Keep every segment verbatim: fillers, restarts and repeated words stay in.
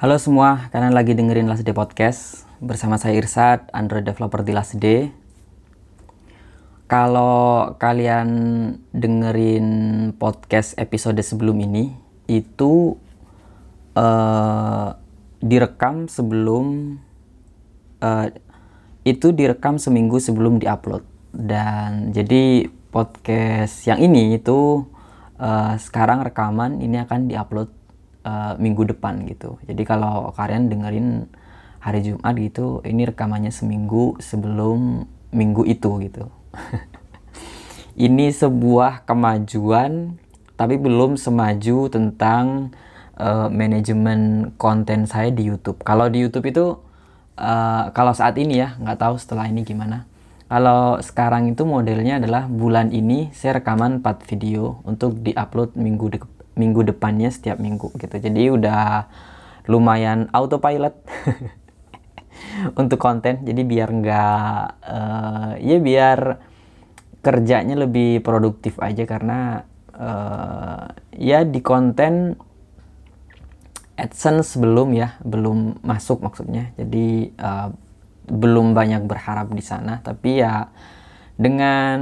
Halo semua, kalian lagi dengerin Last Day Podcast bersama saya Irsad, Android developer di Last Day. Kalau kalian dengerin podcast episode sebelum ini, itu uh, direkam sebelum uh, itu direkam seminggu sebelum diupload. Dan jadi podcast yang ini itu uh, sekarang rekaman, ini akan diupload uh, minggu depan gitu. Jadi kalau kalian dengerin hari Jumat gitu, ini rekamannya seminggu sebelum minggu itu gitu. Ini sebuah kemajuan, tapi belum semaju tentang uh, manajemen konten saya di YouTube. Kalau di YouTube itu, uh, kalau saat ini ya, nggak tahu setelah ini gimana. Kalau sekarang itu modelnya adalah bulan ini saya rekaman empat video untuk diupload minggu de- minggu depannya setiap minggu gitu. Jadi udah lumayan autopilot untuk konten. Jadi biar nggak, uh, ya biar kerjanya lebih produktif aja karena uh, ya di konten AdSense belum ya, belum masuk maksudnya. Jadi uh, belum banyak berharap di sana, tapi ya dengan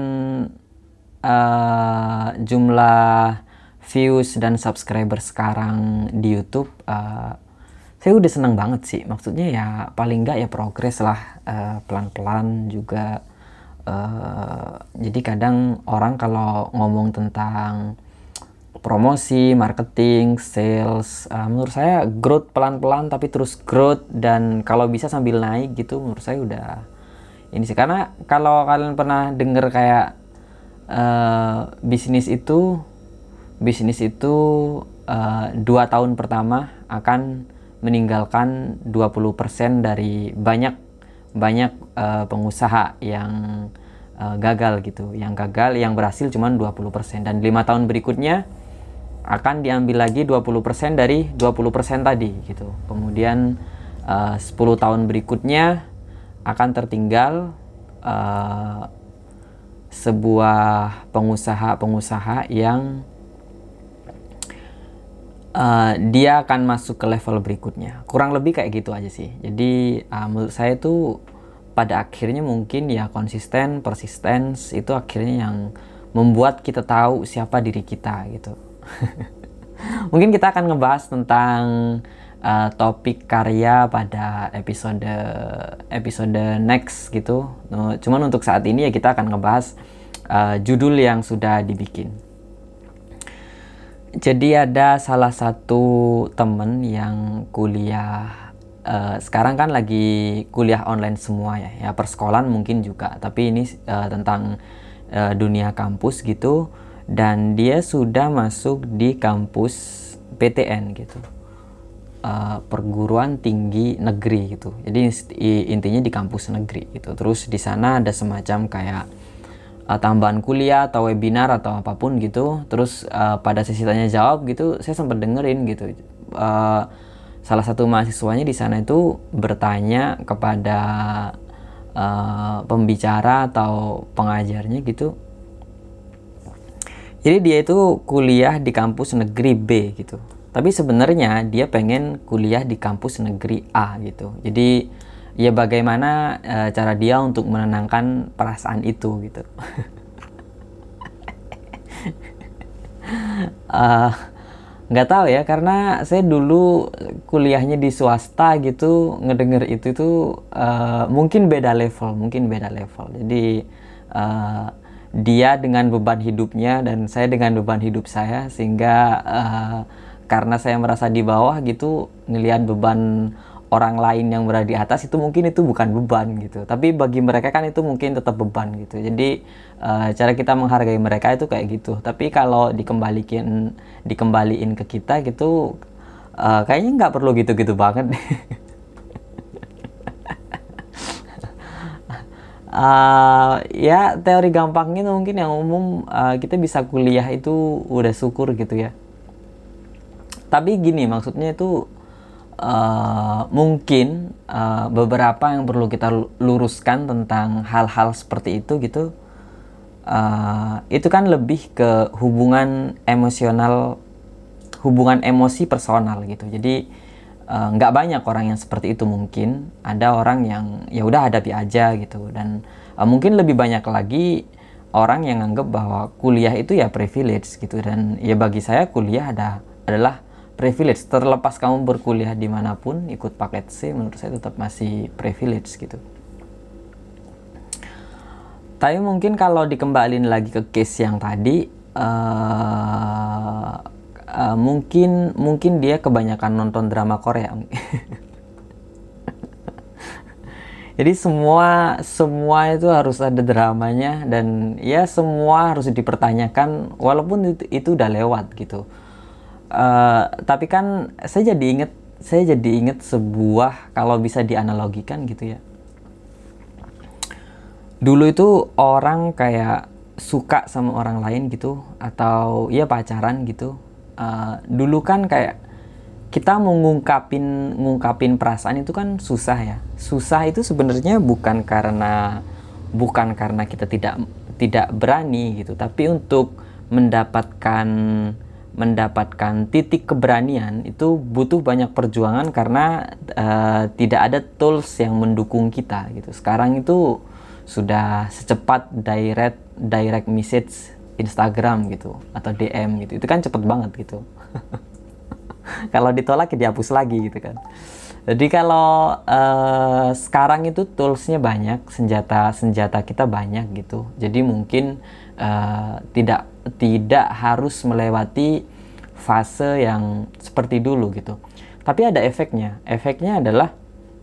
uh, jumlah views dan subscriber sekarang di YouTube, uh, saya udah seneng banget sih. Maksudnya ya paling nggak ya progres lah, uh, pelan-pelan juga. Uh, jadi kadang orang kalau ngomong tentang promosi, marketing, sales, uh, menurut saya growth pelan-pelan tapi terus growth, dan kalau bisa sambil naik gitu, menurut saya udah ini sih. Karena kalau kalian pernah denger kayak uh, bisnis itu bisnis itu uh, dua tahun pertama akan meninggalkan dua puluh persen dari banyak banyak uh, pengusaha yang uh, gagal gitu. Yang gagal, yang berhasil cuma dua puluh persen, dan lima tahun berikutnya akan diambil lagi dua puluh persen dari dua puluh persen tadi gitu. Kemudian uh, sepuluh tahun berikutnya akan tertinggal uh, sebuah pengusaha-pengusaha yang uh, dia akan masuk ke level berikutnya. Kurang lebih kayak gitu aja sih. Jadi uh, menurut saya tuh pada akhirnya mungkin ya konsisten, persistence itu akhirnya yang membuat kita tahu siapa diri kita gitu. Mungkin kita akan ngebahas tentang uh, topik karya pada episode episode next gitu. No, cuman untuk saat ini ya kita akan ngebahas uh, judul yang sudah dibikin. Jadi ada salah satu temen yang kuliah, uh, sekarang kan lagi kuliah online semua ya, ya persekolahan mungkin juga, tapi ini uh, tentang uh, dunia kampus gitu. Dan dia sudah masuk di kampus P T N gitu, uh, perguruan tinggi negeri gitu. Jadi intinya di kampus negeri gitu. Terus di sana ada semacam kayak uh, tambahan kuliah atau webinar atau apapun gitu. Terus uh, pada sesi tanya jawab gitu, saya sempat dengerin gitu. Uh, salah satu mahasiswanya di sana itu bertanya kepada uh, pembicara atau pengajarnya gitu. Jadi dia itu kuliah di kampus negeri B gitu. Tapi sebenarnya dia pengen kuliah di kampus negeri A gitu. Jadi ya bagaimana e, cara dia untuk menenangkan perasaan itu gitu. uh, Nggak tahu ya, karena saya dulu kuliahnya di swasta gitu, ngedenger itu tuh uh, mungkin beda level, mungkin beda level. Jadi uh, dia dengan beban hidupnya dan saya dengan beban hidup saya, sehingga uh, karena saya merasa di bawah gitu, ngelihat beban orang lain yang berada di atas itu mungkin itu bukan beban gitu, tapi bagi mereka kan itu mungkin tetap beban gitu. Jadi uh, cara kita menghargai mereka itu kayak gitu. Tapi kalau dikembalikan dikembaliin ke kita gitu, uh, kayaknya nggak perlu gitu-gitu banget. Uh, ya teori gampangnya mungkin yang umum, uh, kita bisa kuliah itu udah syukur gitu ya. Tapi gini, maksudnya itu uh, mungkin uh, beberapa yang perlu kita luruskan tentang hal-hal seperti itu gitu. Uh, itu kan lebih ke hubungan emosional, hubungan emosi personal gitu. Jadi uh, nggak banyak orang yang seperti itu. Mungkin ada orang yang ya udah hadapi aja gitu, dan uh, mungkin lebih banyak lagi orang yang anggap bahwa kuliah itu ya privilege gitu. Dan ya bagi saya kuliah ada adalah privilege, terlepas kamu berkuliah dimanapun, ikut paket C, menurut saya tetap masih privilege gitu. Tapi mungkin kalau dikembalin lagi ke case yang tadi, uh, uh, mungkin mungkin dia kebanyakan nonton drama Korea. Jadi semua semua itu harus ada dramanya, dan ya semua harus dipertanyakan walaupun itu, itu udah lewat gitu. Uh, tapi kan saya jadi inget saya jadi inget sebuah, kalau bisa dianalogikan gitu ya. Dulu itu orang kayak suka sama orang lain gitu, atau ya pacaran gitu. Uh, dulu kan kayak kita mau ngungkapin ngungkapin perasaan itu kan susah ya. Susah itu sebenarnya bukan karena bukan karena kita tidak tidak berani gitu, tapi untuk mendapatkan mendapatkan titik keberanian itu butuh banyak perjuangan, karena uh, tidak ada tools yang mendukung kita gitu. Sekarang itu sudah secepat direct direct message Instagram gitu, atau D M gitu, itu kan cepet banget gitu. Kalau ditolak ya dihapus lagi gitu kan. Jadi kalau uh, sekarang itu toolsnya banyak, senjata senjata kita banyak gitu. Jadi mungkin uh, tidak tidak harus melewati fase yang seperti dulu gitu. Tapi ada efeknya. Efeknya adalah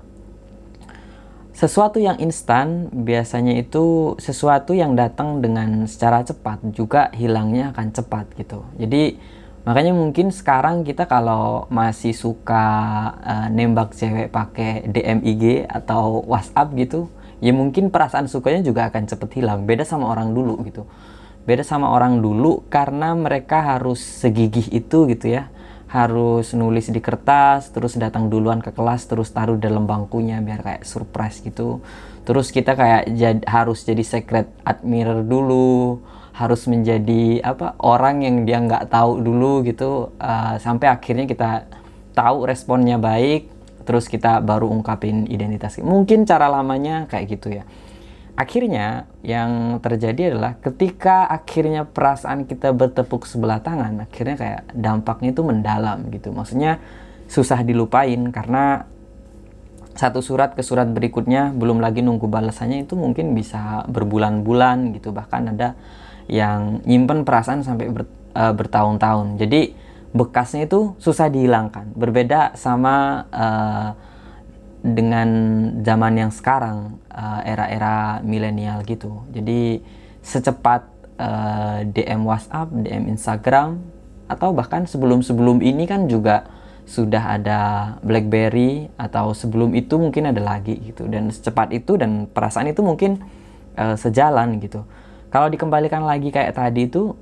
sesuatu yang instan biasanya itu sesuatu yang datang dengan secara cepat, juga hilangnya akan cepat gitu. Jadi makanya mungkin sekarang kita kalau masih suka uh, nembak cewek pakai D M I G atau WhatsApp gitu, ya mungkin perasaan sukanya juga akan cepet hilang. Beda sama orang dulu gitu. Beda sama orang dulu karena mereka harus segigih itu gitu ya. Harus nulis di kertas, terus datang duluan ke kelas, terus taruh dalam bangkunya biar kayak surprise gitu. Terus kita kayak jad, harus jadi secret admirer dulu, harus menjadi apa orang yang dia nggak tahu dulu gitu, uh, sampai akhirnya kita tahu responnya baik, terus kita baru ungkapin identitas. Mungkin cara lamanya kayak gitu ya. Akhirnya yang terjadi adalah ketika akhirnya perasaan kita bertepuk sebelah tangan, akhirnya kayak dampaknya itu mendalam gitu. Maksudnya susah dilupain, karena satu surat ke surat berikutnya, belum lagi nunggu balasannya, itu mungkin bisa berbulan-bulan gitu. Bahkan ada yang nyimpen perasaan sampai ber, uh, bertahun-tahun. Jadi bekasnya itu susah dihilangkan. Berbeda sama uh, dengan zaman yang sekarang, uh, era-era milenial gitu. Jadi secepat uh, D M WhatsApp, D M Instagram, atau bahkan sebelum-sebelum ini kan juga sudah ada BlackBerry, atau sebelum itu mungkin ada lagi gitu. Dan secepat itu, dan perasaan itu mungkin uh, sejalan gitu. Kalau dikembalikan lagi kayak tadi itu,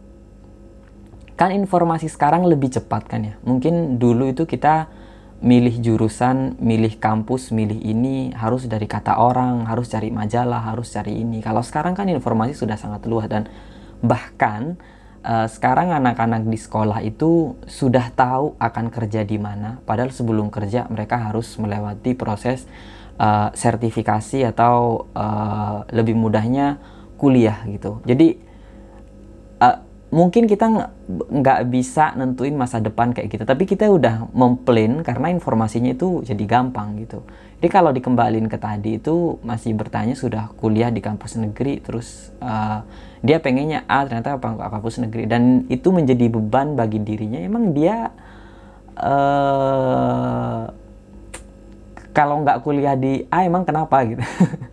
kan informasi sekarang lebih cepat kan ya. Mungkin dulu itu kita milih jurusan, milih kampus, milih ini harus dari kata orang, harus cari majalah, harus cari ini. Kalau sekarang kan informasi sudah sangat luas, dan bahkan uh, sekarang anak-anak di sekolah itu sudah tahu akan kerja di mana. Padahal sebelum kerja mereka harus melewati proses uh, sertifikasi, atau uh, lebih mudahnya kuliah gitu. Jadi uh, mungkin kita nggak bisa nentuin masa depan kayak gitu, tapi kita udah memplan karena informasinya itu jadi gampang gitu. Jadi kalau dikembalin ke tadi itu, masih bertanya sudah kuliah di kampus negeri, terus uh, dia pengennya A, ternyata kampus negeri, dan itu menjadi beban bagi dirinya. Emang dia uh, kalau nggak kuliah di A emang kenapa gitu.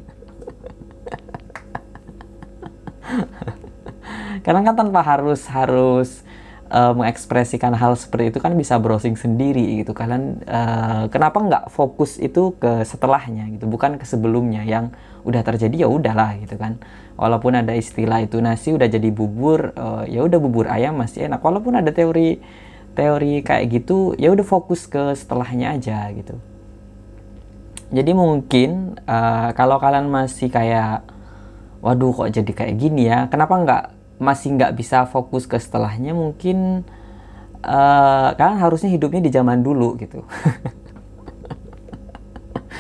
Karena kan tanpa harus harus uh, mengekspresikan hal seperti itu kan bisa browsing sendiri gitu. Kalian uh, kenapa nggak fokus itu ke setelahnya gitu, bukan ke sebelumnya yang udah terjadi, ya udahlah gitu kan. Walaupun ada istilah itu nasi udah jadi bubur, uh, ya udah bubur ayam masih enak. Walaupun ada teori teori kayak gitu, ya udah fokus ke setelahnya aja gitu. Jadi mungkin uh, kalau kalian masih kayak, waduh kok jadi kayak gini ya, kenapa nggak masih nggak bisa fokus ke setelahnya, mungkin uh, kalian harusnya hidupnya di zaman dulu gitu.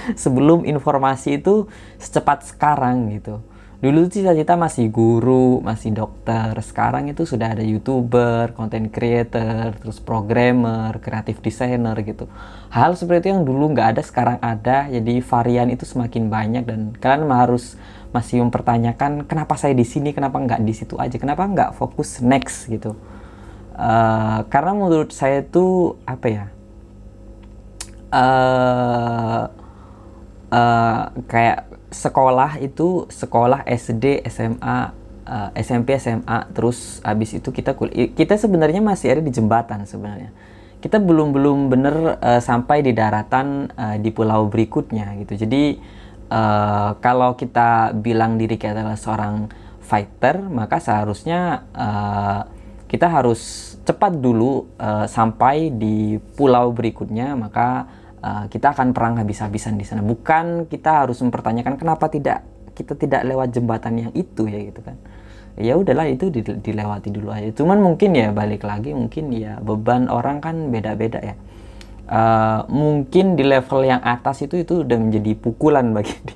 sebelum informasi itu secepat sekarang gitu. Dulu cita-cita masih guru, masih dokter. Sekarang itu sudah ada YouTuber, content creator, terus programmer, creative designer gitu. Hal seperti itu yang dulu nggak ada, sekarang ada. Jadi varian itu semakin banyak dan kalian harus masih mempertanyakan kenapa saya di sini, kenapa nggak di situ aja, kenapa nggak fokus next gitu. Uh, karena menurut saya tuh apa ya? Uh, uh, kayak sekolah itu sekolah S D, S M A, uh, S M P, S M A, terus habis itu kita kuliah. Kita sebenarnya masih ada di jembatan sebenarnya. Kita belum belum bener uh, sampai di daratan uh, di pulau berikutnya gitu. Jadi uh, kalau kita bilang diri kita adalah seorang fighter, maka seharusnya uh, kita harus cepat dulu uh, sampai di pulau berikutnya, maka Uh, kita akan perang habis-habisan di sana. Bukan kita harus mempertanyakan kenapa tidak kita tidak lewat jembatan yang itu ya gitu kan. Ya udahlah itu dilewati dulu aja. Cuman mungkin ya balik lagi mungkin ya beban orang kan beda-beda ya. Uh, mungkin di level yang atas itu itu udah menjadi pukulan bagi dia.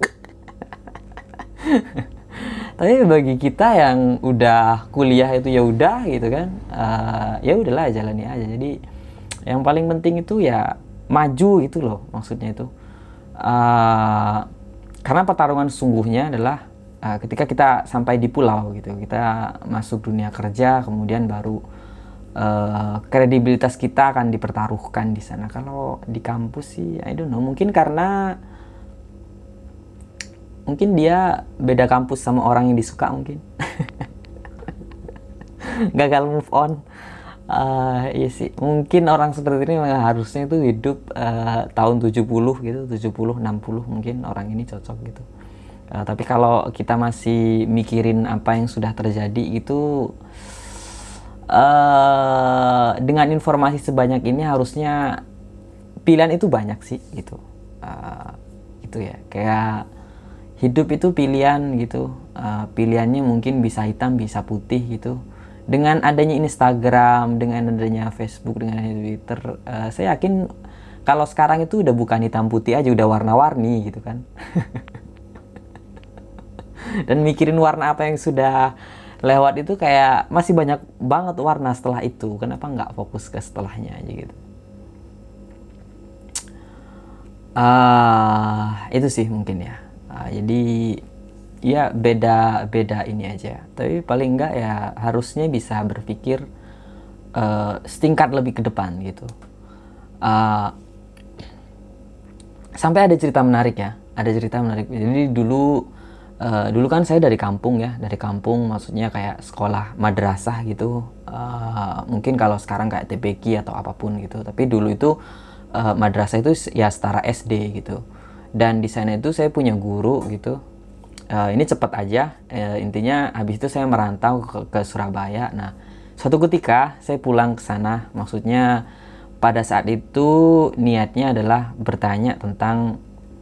Tapi bagi kita yang udah kuliah itu ya udah gitu kan. Uh, ya udahlah jalani aja. Jadi yang paling penting itu ya maju gitu loh maksudnya itu uh, karena pertarungan sesungguhnya adalah uh, ketika kita sampai di pulau gitu, kita masuk dunia kerja, kemudian baru uh, kredibilitas kita akan dipertaruhkan di sana. Kalau di kampus sih I don't know, mungkin karena mungkin dia beda kampus sama orang yang disuka, mungkin gagal move on. Uh, iya sih, mungkin orang seperti ini harusnya itu hidup uh, tahun tujuh puluh gitu, tujuh puluh, enam puluh mungkin orang ini cocok gitu. Uh, tapi kalau kita masih mikirin apa yang sudah terjadi itu, uh, dengan informasi sebanyak ini harusnya pilihan itu banyak sih gitu. Uh, gitu ya, kayak hidup itu pilihan gitu. Uh, pilihannya mungkin bisa hitam, bisa putih gitu. Dengan adanya Instagram, dengan adanya Facebook, dengan adanya Twitter, uh, saya yakin kalau sekarang itu udah bukan hitam putih aja, udah warna-warni gitu kan. Dan mikirin warna apa yang sudah lewat itu kayak masih banyak banget warna setelah itu. Kenapa nggak fokus ke setelahnya aja gitu. Uh, itu sih mungkin ya. Uh, jadi ya beda beda ini aja, tapi paling enggak ya harusnya bisa berpikir uh, setingkat lebih ke depan gitu. Uh, sampai ada cerita menarik ya, ada cerita menarik. Jadi dulu uh, dulu kan saya dari kampung ya, dari kampung maksudnya kayak sekolah madrasah gitu. Uh, mungkin kalau sekarang kayak T B K atau apapun gitu, tapi dulu itu uh, madrasah itu ya setara S D gitu. Dan di sana itu saya punya guru gitu. Uh, ini cepat aja, uh, intinya habis itu saya merantau ke, ke Surabaya. Nah, suatu ketika saya pulang ke sana, maksudnya pada saat itu niatnya adalah bertanya tentang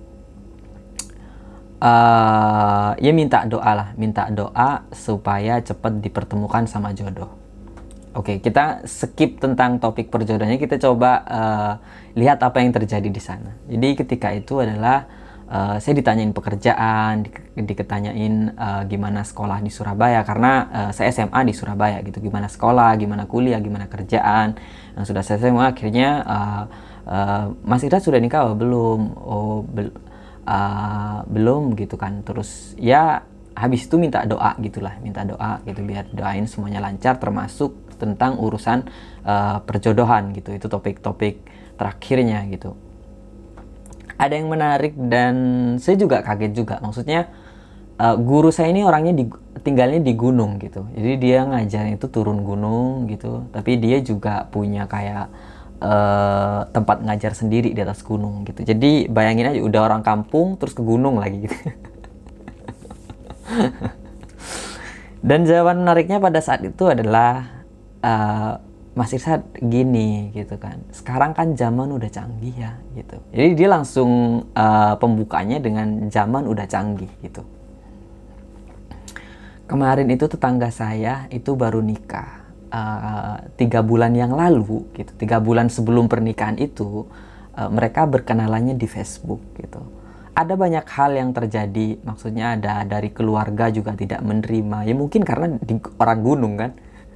uh, ya minta doa lah, minta doa supaya cepat dipertemukan sama jodoh. Oke, kita skip tentang topik perjodohannya, kita coba uh, lihat apa yang terjadi di sana. Jadi ketika itu adalah Uh, saya ditanyain pekerjaan, di, diketanyain uh, gimana sekolah di Surabaya, karena uh, saya S M A di Surabaya gitu, gimana sekolah, gimana kuliah, gimana kerjaan. Yang sudah saya S M A akhirnya uh, uh, Mas Ira sudah nikah oh, belum? Oh bel- uh, belum gitu kan. Terus ya habis itu minta doa gitulah, minta doa gitu biar doain semuanya lancar, termasuk tentang urusan uh, perjodohan gitu. Itu topik-topik terakhirnya gitu. Ada yang menarik dan saya juga kaget juga, maksudnya uh, guru saya ini orangnya di, tinggalnya di gunung gitu, jadi dia ngajarnya itu turun gunung gitu, tapi dia juga punya kayak uh, tempat ngajar sendiri di atas gunung gitu. Jadi bayangin aja udah orang kampung terus ke gunung lagi gitu. Dan jawaban menariknya pada saat itu adalah uh, Mas Irsad gini gitu kan, sekarang kan zaman udah canggih ya gitu. Jadi dia langsung uh, pembukanya dengan zaman udah canggih gitu. Kemarin itu tetangga saya itu baru nikah uh, tiga bulan yang lalu gitu. Tiga bulan sebelum pernikahan itu uh, mereka berkenalannya di Facebook gitu. Ada banyak hal yang terjadi, maksudnya ada dari keluarga juga tidak menerima, ya mungkin karena di, orang gunung kan.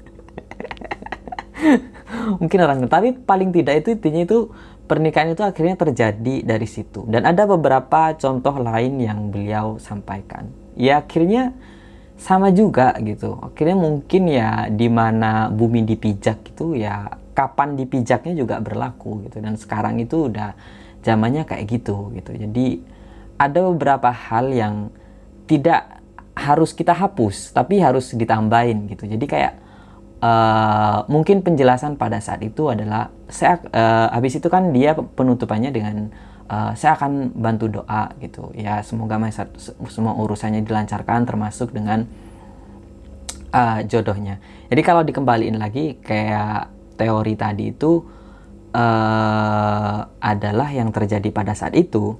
Mungkin orang, tapi paling tidak itu intinya itu pernikahan itu akhirnya terjadi dari situ. Dan ada beberapa contoh lain yang beliau sampaikan. Ya akhirnya sama juga gitu. Akhirnya mungkin ya di mana bumi dipijak gitu ya kapan dipijaknya juga berlaku gitu. Dan sekarang itu udah zamannya kayak gitu gitu. Jadi ada beberapa hal yang tidak harus kita hapus, tapi harus ditambahin gitu. Jadi kayak uh, mungkin penjelasan pada saat itu adalah saya uh, habis itu kan dia penutupannya dengan uh, saya akan bantu doa gitu. Ya semoga masa, semua urusannya dilancarkan termasuk dengan uh, jodohnya. Jadi kalau dikembaliin lagi kayak teori tadi itu uh, adalah yang terjadi pada saat itu.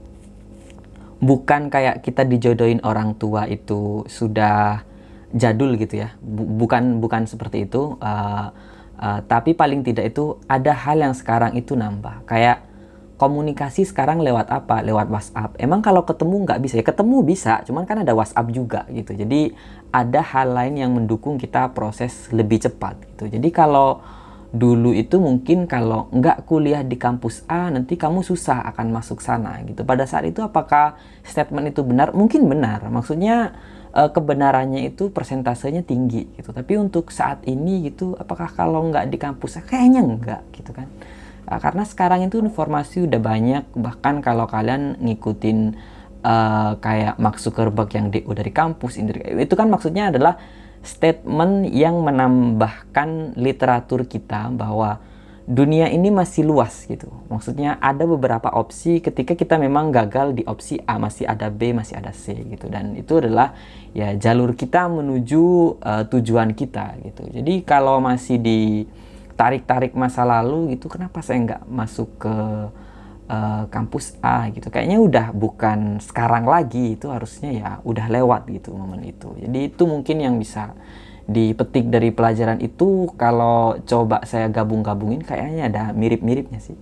Bukan kayak kita dijodohin orang tua itu sudah jadul gitu ya, bukan bukan seperti itu, uh, uh, tapi paling tidak itu ada hal yang sekarang itu nambah, kayak komunikasi sekarang lewat apa, lewat WhatsApp. Emang kalau ketemu nggak bisa ya, ketemu bisa, cuman kan ada WhatsApp juga gitu. Jadi ada hal lain yang mendukung kita proses lebih cepat gitu. Jadi kalau dulu itu mungkin kalau nggak kuliah di kampus A nanti kamu susah akan masuk sana gitu. Pada saat itu apakah statement itu benar? Mungkin benar, maksudnya kebenarannya itu persentasenya tinggi gitu. Tapi untuk saat ini gitu, apakah kalau nggak di kampus A? Kayaknya nggak gitu kan. Karena sekarang itu informasi udah banyak, bahkan kalau kalian ngikutin uh, kayak Mark Zuckerberg yang D O dari kampus itu kan maksudnya adalah statement yang menambahkan literatur kita bahwa dunia ini masih luas gitu. Maksudnya ada beberapa opsi ketika kita memang gagal di opsi A, masih ada B, masih ada C gitu. Dan itu adalah ya jalur kita menuju uh, tujuan kita gitu. Jadi kalau masih ditarik-tarik masa lalu gitu, kenapa saya nggak masuk ke uh, kampus A gitu? Kayaknya udah bukan sekarang lagi, itu harusnya ya udah lewat gitu momen itu. Jadi itu mungkin yang bisa dipetik dari pelajaran itu. Kalau coba saya gabung-gabungin kayaknya ada mirip-miripnya sih.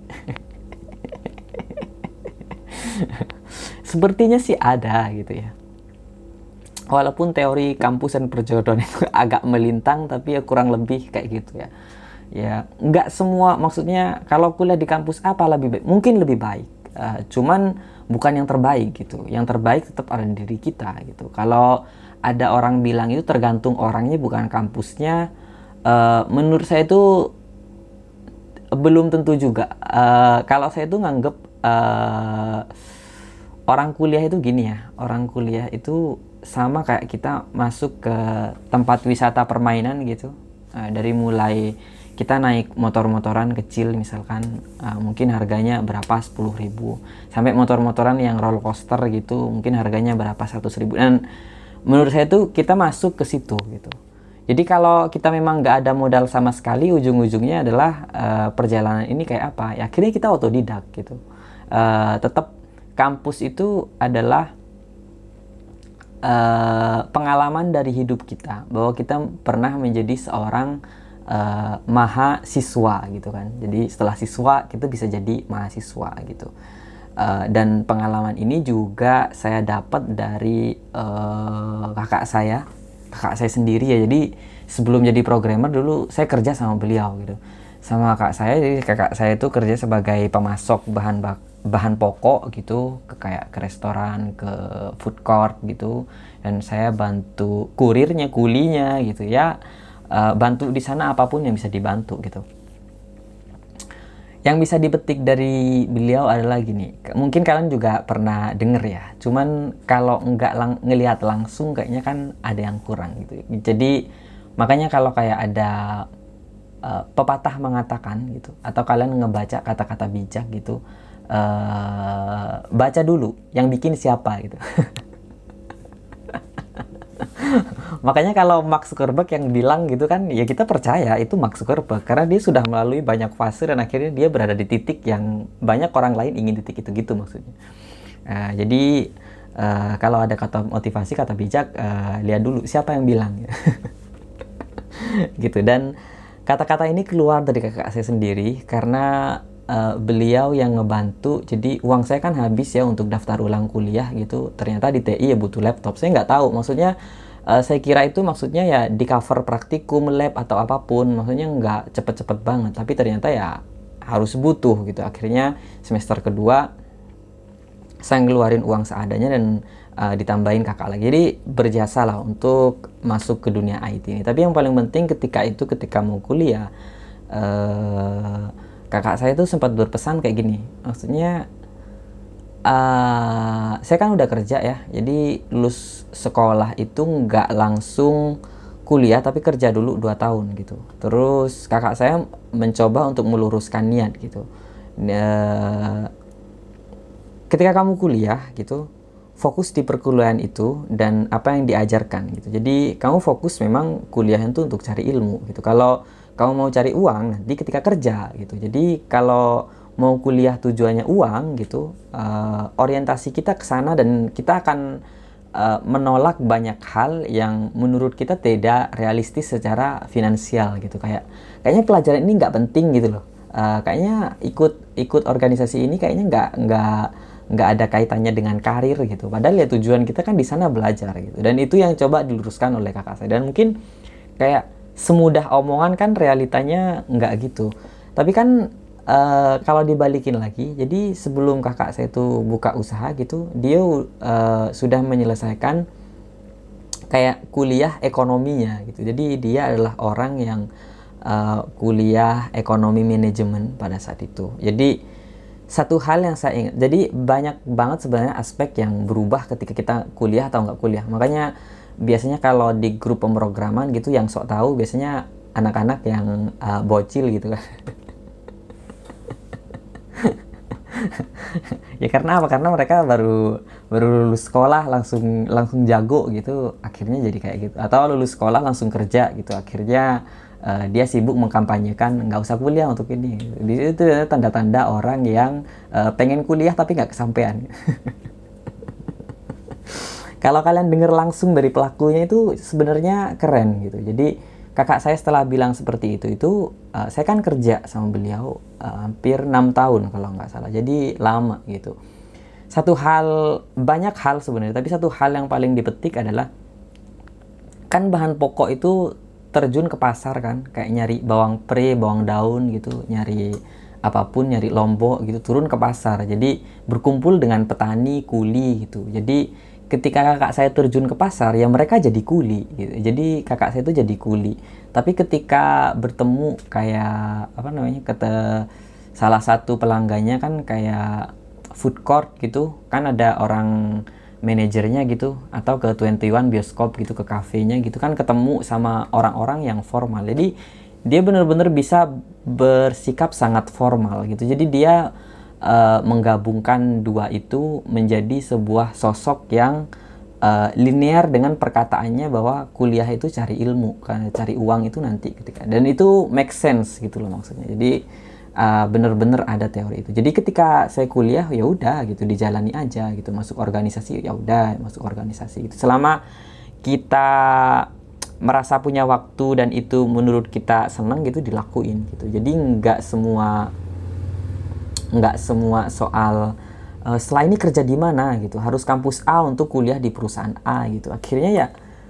Sepertinya sih ada gitu ya. Walaupun teori kampus dan perjodohan itu agak melintang, tapi ya kurang lebih kayak gitu ya. Ya nggak semua, maksudnya kalau kuliah di kampus apa lebih baik? Mungkin lebih baik, uh, cuman bukan yang terbaik gitu. Yang terbaik tetap ada di diri kita gitu. Kalau ada orang bilang itu tergantung orangnya bukan kampusnya, uh, menurut saya itu belum tentu juga. Uh, kalau saya itu nganggep uh, orang kuliah itu gini ya, orang kuliah itu sama kayak kita masuk ke tempat wisata permainan gitu. Uh, dari mulai kita naik motor-motoran kecil misalkan, uh, mungkin harganya berapa, sepuluh ribu, sampai motor-motoran yang roller coaster gitu mungkin harganya berapa, seratus ribu. Dan menurut saya tuh kita masuk ke situ gitu. Jadi kalau kita memang nggak ada modal sama sekali, ujung-ujungnya adalah uh, perjalanan ini kayak apa? Ya akhirnya kita otodidak gitu. Uh, tetap kampus itu adalah uh, pengalaman dari hidup kita, bahwa kita pernah menjadi seorang uh, mahasiswa gitu kan. Jadi setelah siswa kita bisa jadi mahasiswa gitu. Uh, dan pengalaman ini juga saya dapat dari uh, kakak saya, kakak saya sendiri ya. Jadi sebelum jadi programmer dulu saya kerja sama beliau gitu, sama kakak saya. Jadi kakak saya itu kerja sebagai pemasok bahan bak bahan pokok gitu, ke kayak ke restoran, ke food court gitu. Dan saya bantu kurirnya, kulinya gitu ya, uh, bantu di sana apapun yang bisa dibantu gitu. Yang bisa dipetik dari beliau adalah gini, mungkin kalian juga pernah denger ya, cuman kalau nggak lang ngelihat langsung kayaknya kan ada yang kurang gitu. Jadi makanya kalau kayak ada uh, pepatah mengatakan gitu, atau kalian ngebaca kata-kata bijak gitu, uh, baca dulu yang bikin siapa gitu. Makanya kalau Mark Zuckerberg yang bilang gitu kan, ya kita percaya itu Mark Zuckerberg karena dia sudah melalui banyak fase dan akhirnya dia berada di titik yang banyak orang lain ingin titik itu gitu maksudnya. Uh, jadi uh, kalau ada kata motivasi, kata bijak, uh, lihat dulu siapa yang bilang. Gitu. Dan kata-kata ini keluar dari kakak saya sendiri karena uh, beliau yang ngebantu. Jadi uang saya kan habis ya untuk daftar ulang kuliah gitu. Ternyata di T I ya butuh laptop. Saya nggak tahu, maksudnya uh, saya kira itu maksudnya ya di cover praktikum, lab atau apapun. Maksudnya nggak cepet-cepet banget. Tapi ternyata ya harus butuh gitu. Akhirnya semester kedua saya ngeluarin uang seadanya dan uh, ditambahin kakak lagi. Jadi berjasa lah untuk masuk ke dunia I T ini. Tapi yang paling penting ketika itu, ketika mau kuliah, uh, kakak saya tuh sempat berpesan kayak gini. Maksudnya uh, saya kan udah kerja ya. Jadi lulus sekolah itu nggak langsung kuliah tapi kerja dulu dua tahun gitu. Terus kakak saya mencoba untuk meluruskan niat gitu. Uh, ketika kamu kuliah gitu, fokus di perkuliahan itu dan apa yang diajarkan gitu. Jadi kamu fokus memang kuliah itu untuk cari ilmu gitu. Kalau kamu mau cari uang nanti ketika kerja gitu. Jadi kalau mau kuliah tujuannya uang gitu, uh, orientasi kita ke sana dan kita akan uh, menolak banyak hal yang menurut kita tidak realistis secara finansial gitu. Kayak kayaknya pelajaran ini nggak penting gitu loh. Uh, kayaknya ikut ikut organisasi ini kayaknya nggak nggak nggak ada kaitannya dengan karir gitu. Padahal ya tujuan kita kan di sana belajar gitu. Dan itu yang coba diluruskan oleh kakak saya. Dan mungkin kayak semudah omongan kan realitanya nggak gitu. Tapi kan uh, kalau dibalikin lagi, jadi sebelum kakak saya itu buka usaha gitu, dia uh, sudah menyelesaikan kayak kuliah ekonominya gitu. Jadi dia adalah orang yang uh, kuliah ekonomi manajemen pada saat itu. Jadi satu hal yang saya ingat, jadi banyak banget sebenarnya aspek yang berubah ketika kita kuliah atau nggak kuliah. Makanya biasanya kalau di grup pemrograman gitu yang sok tahu biasanya anak-anak yang uh, bocil gitu kan. Ya karena apa? Karena mereka baru baru lulus sekolah langsung langsung jago gitu, akhirnya jadi kayak gitu. Atau lulus sekolah langsung kerja gitu, akhirnya Uh, dia sibuk mengkampanyekan nggak usah kuliah untuk ini. Di situ tanda-tanda orang yang uh, pengen kuliah tapi nggak kesampaian. Kalau kalian dengar langsung dari pelakunya itu sebenarnya keren gitu. Jadi kakak saya setelah bilang seperti itu itu uh, saya kan kerja sama beliau uh, hampir enam tahun kalau nggak salah. Jadi lama gitu. Satu hal, banyak hal sebenarnya, tapi satu hal yang paling dipetik adalah kan bahan pokok itu terjun ke pasar kan, kayak nyari bawang pre, bawang daun gitu, nyari apapun, nyari lombok gitu, turun ke pasar. Jadi berkumpul dengan petani, kuli gitu. Jadi ketika kakak saya terjun ke pasar, ya mereka jadi kuli gitu. Jadi kakak saya itu jadi kuli. Tapi ketika bertemu kayak apa namanya, kata salah satu pelanggannya kan kayak food court gitu, kan ada orang manajernya gitu, atau ke dua puluh satu bioskop gitu, ke kafenya gitu kan, ketemu sama orang-orang yang formal. Jadi dia benar-benar bisa bersikap sangat formal gitu. Jadi dia uh, menggabungkan dua itu menjadi sebuah sosok yang uh, linear dengan perkataannya bahwa kuliah itu cari ilmu, kan cari uang itu nanti ketika, dan itu make sense gitu loh maksudnya. Jadi Uh, bener-bener ada teori itu. Jadi ketika saya kuliah ya udah gitu, dijalani aja gitu, masuk organisasi ya udah masuk organisasi gitu. Selama kita merasa punya waktu dan itu menurut kita senang gitu, dilakuin gitu. Jadi nggak semua nggak semua soal uh, setelah ini kerja di mana gitu, harus kampus A untuk kuliah di perusahaan A gitu. Akhirnya ya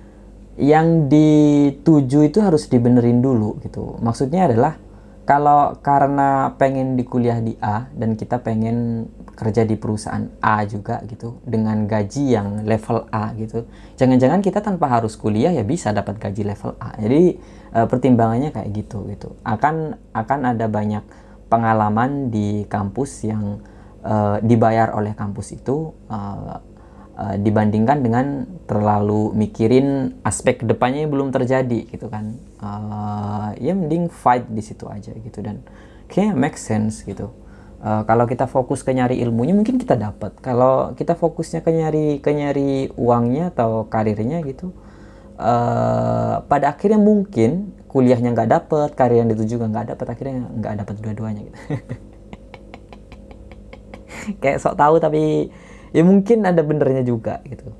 yang dituju itu harus dibenerin dulu gitu. Maksudnya adalah kalau karena pengen di kuliah di A dan kita pengen kerja di perusahaan A juga gitu dengan gaji yang level A gitu, jangan-jangan kita tanpa harus kuliah ya bisa dapat gaji level A. Jadi e, pertimbangannya kayak gitu gitu. Akan akan ada banyak pengalaman di kampus yang e, dibayar oleh kampus itu e, e, dibandingkan dengan terlalu mikirin aspek kedepannya yang belum terjadi gitu kan. Uh, ya mending fight di situ aja gitu, dan kayaknya make sense gitu. Uh, kalau kita fokus ke nyari ilmunya mungkin kita dapat. Kalau kita fokusnya ke nyari ke nyari uangnya atau karirnya gitu, uh, pada akhirnya mungkin kuliahnya nggak dapet, karir yang dituju nggak dapet, akhirnya nggak dapet dua-duanya gitu. Kayak sok tahu tapi ya mungkin ada benernya juga gitu.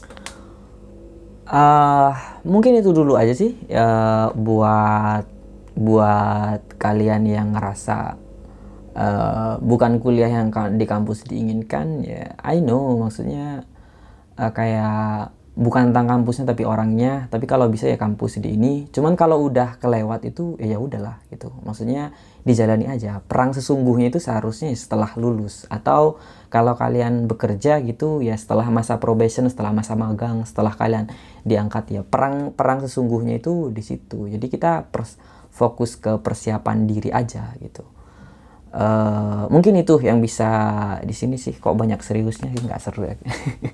Uh, mungkin itu dulu aja sih uh, buat buat kalian yang ngerasa uh, bukan kuliah yang di kampus diinginkan, ya I know maksudnya uh, kayak bukan tentang kampusnya tapi orangnya, tapi kalau bisa ya kampus di ini. Cuman kalau udah kelewat itu ya udahlah gitu, maksudnya dijalani aja. Perang sesungguhnya itu seharusnya setelah lulus, atau kalau kalian bekerja gitu ya setelah masa probation, setelah masa magang, setelah kalian diangkat, ya perang perang sesungguhnya itu di situ. Jadi kita pers- fokus ke persiapan diri aja gitu. Uh, mungkin itu yang bisa di sini sih. Kok banyak seriusnya sih, nggak seru ya.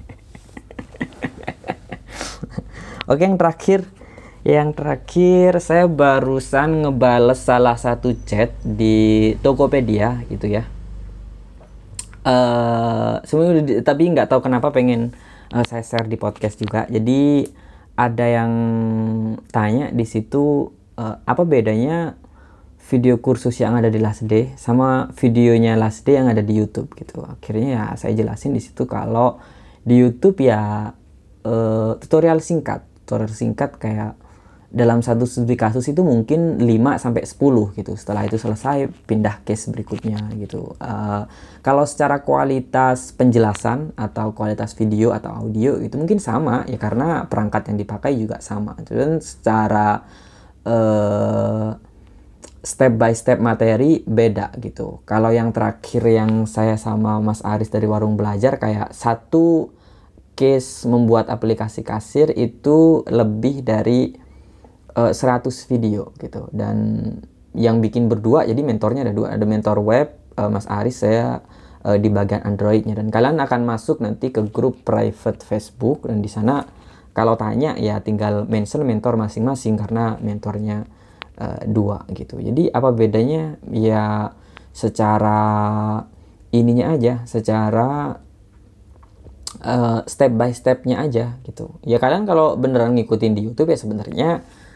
Oke, yang terakhir, yang terakhir saya barusan ngebales salah satu chat di Tokopedia gitu ya. Uh, sebenarnya tapi nggak tahu kenapa pengen uh, saya share di podcast juga. Jadi ada yang tanya di situ, uh, apa bedanya video kursus yang ada di Last Day sama videonya Last Day yang ada di YouTube gitu. Akhirnya ya saya jelasin di situ kalau di YouTube ya uh, tutorial singkat. tutorial singkat kayak dalam satu studi kasus itu mungkin lima sampai sepuluh gitu. Setelah itu selesai pindah case berikutnya gitu. Uh, kalau secara kualitas penjelasan atau kualitas video atau audio itu mungkin sama ya, karena perangkat yang dipakai juga sama. Dan secara uh, step by step materi beda gitu. Kalau yang terakhir yang saya sama Mas Aris dari Warung Belajar, kayak satu case membuat aplikasi kasir itu lebih dari uh, seratus video gitu. Dan yang bikin berdua, jadi mentornya ada dua, ada mentor web uh, Mas Aris, saya uh, di bagian Androidnya. Dan kalian akan masuk nanti ke grup private Facebook, dan di sana kalau tanya ya tinggal mention mentor masing-masing karena mentornya uh, dua gitu. Jadi apa bedanya ya secara ininya aja, secara Uh, step by stepnya aja gitu ya. Kalian kalau beneran ngikutin di YouTube ya sebenarnya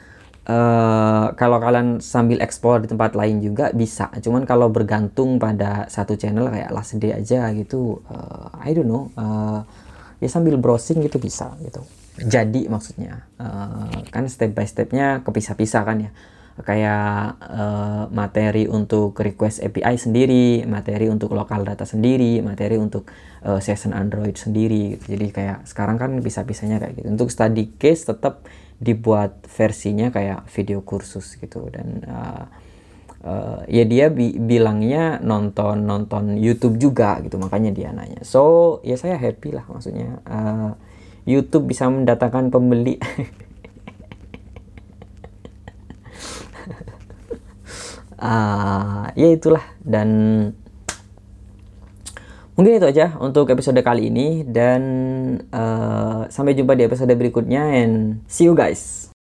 uh, kalau kalian sambil explore di tempat lain juga bisa. Cuman kalau bergantung pada satu channel kayak Last Day aja gitu, uh, I don't know, uh, ya sambil browsing gitu bisa gitu. Jadi maksudnya uh, kan step by stepnya kepisah-pisah kan ya. Kayak uh, materi untuk request A P I sendiri, materi untuk lokal data sendiri, materi untuk uh, session Android sendiri gitu. Jadi kayak sekarang kan bisa-bisanya kayak gitu. Untuk study case tetap dibuat versinya kayak video kursus gitu. Dan uh, uh, ya dia bi- bilangnya nonton nonton YouTube juga gitu, makanya dia nanya. So ya saya happy lah, maksudnya uh, YouTube bisa mendatangkan pembeli. Uh, ya itulah. Dan mungkin itu aja untuk episode kali ini, dan uh, sampai jumpa di episode berikutnya, and see you guys.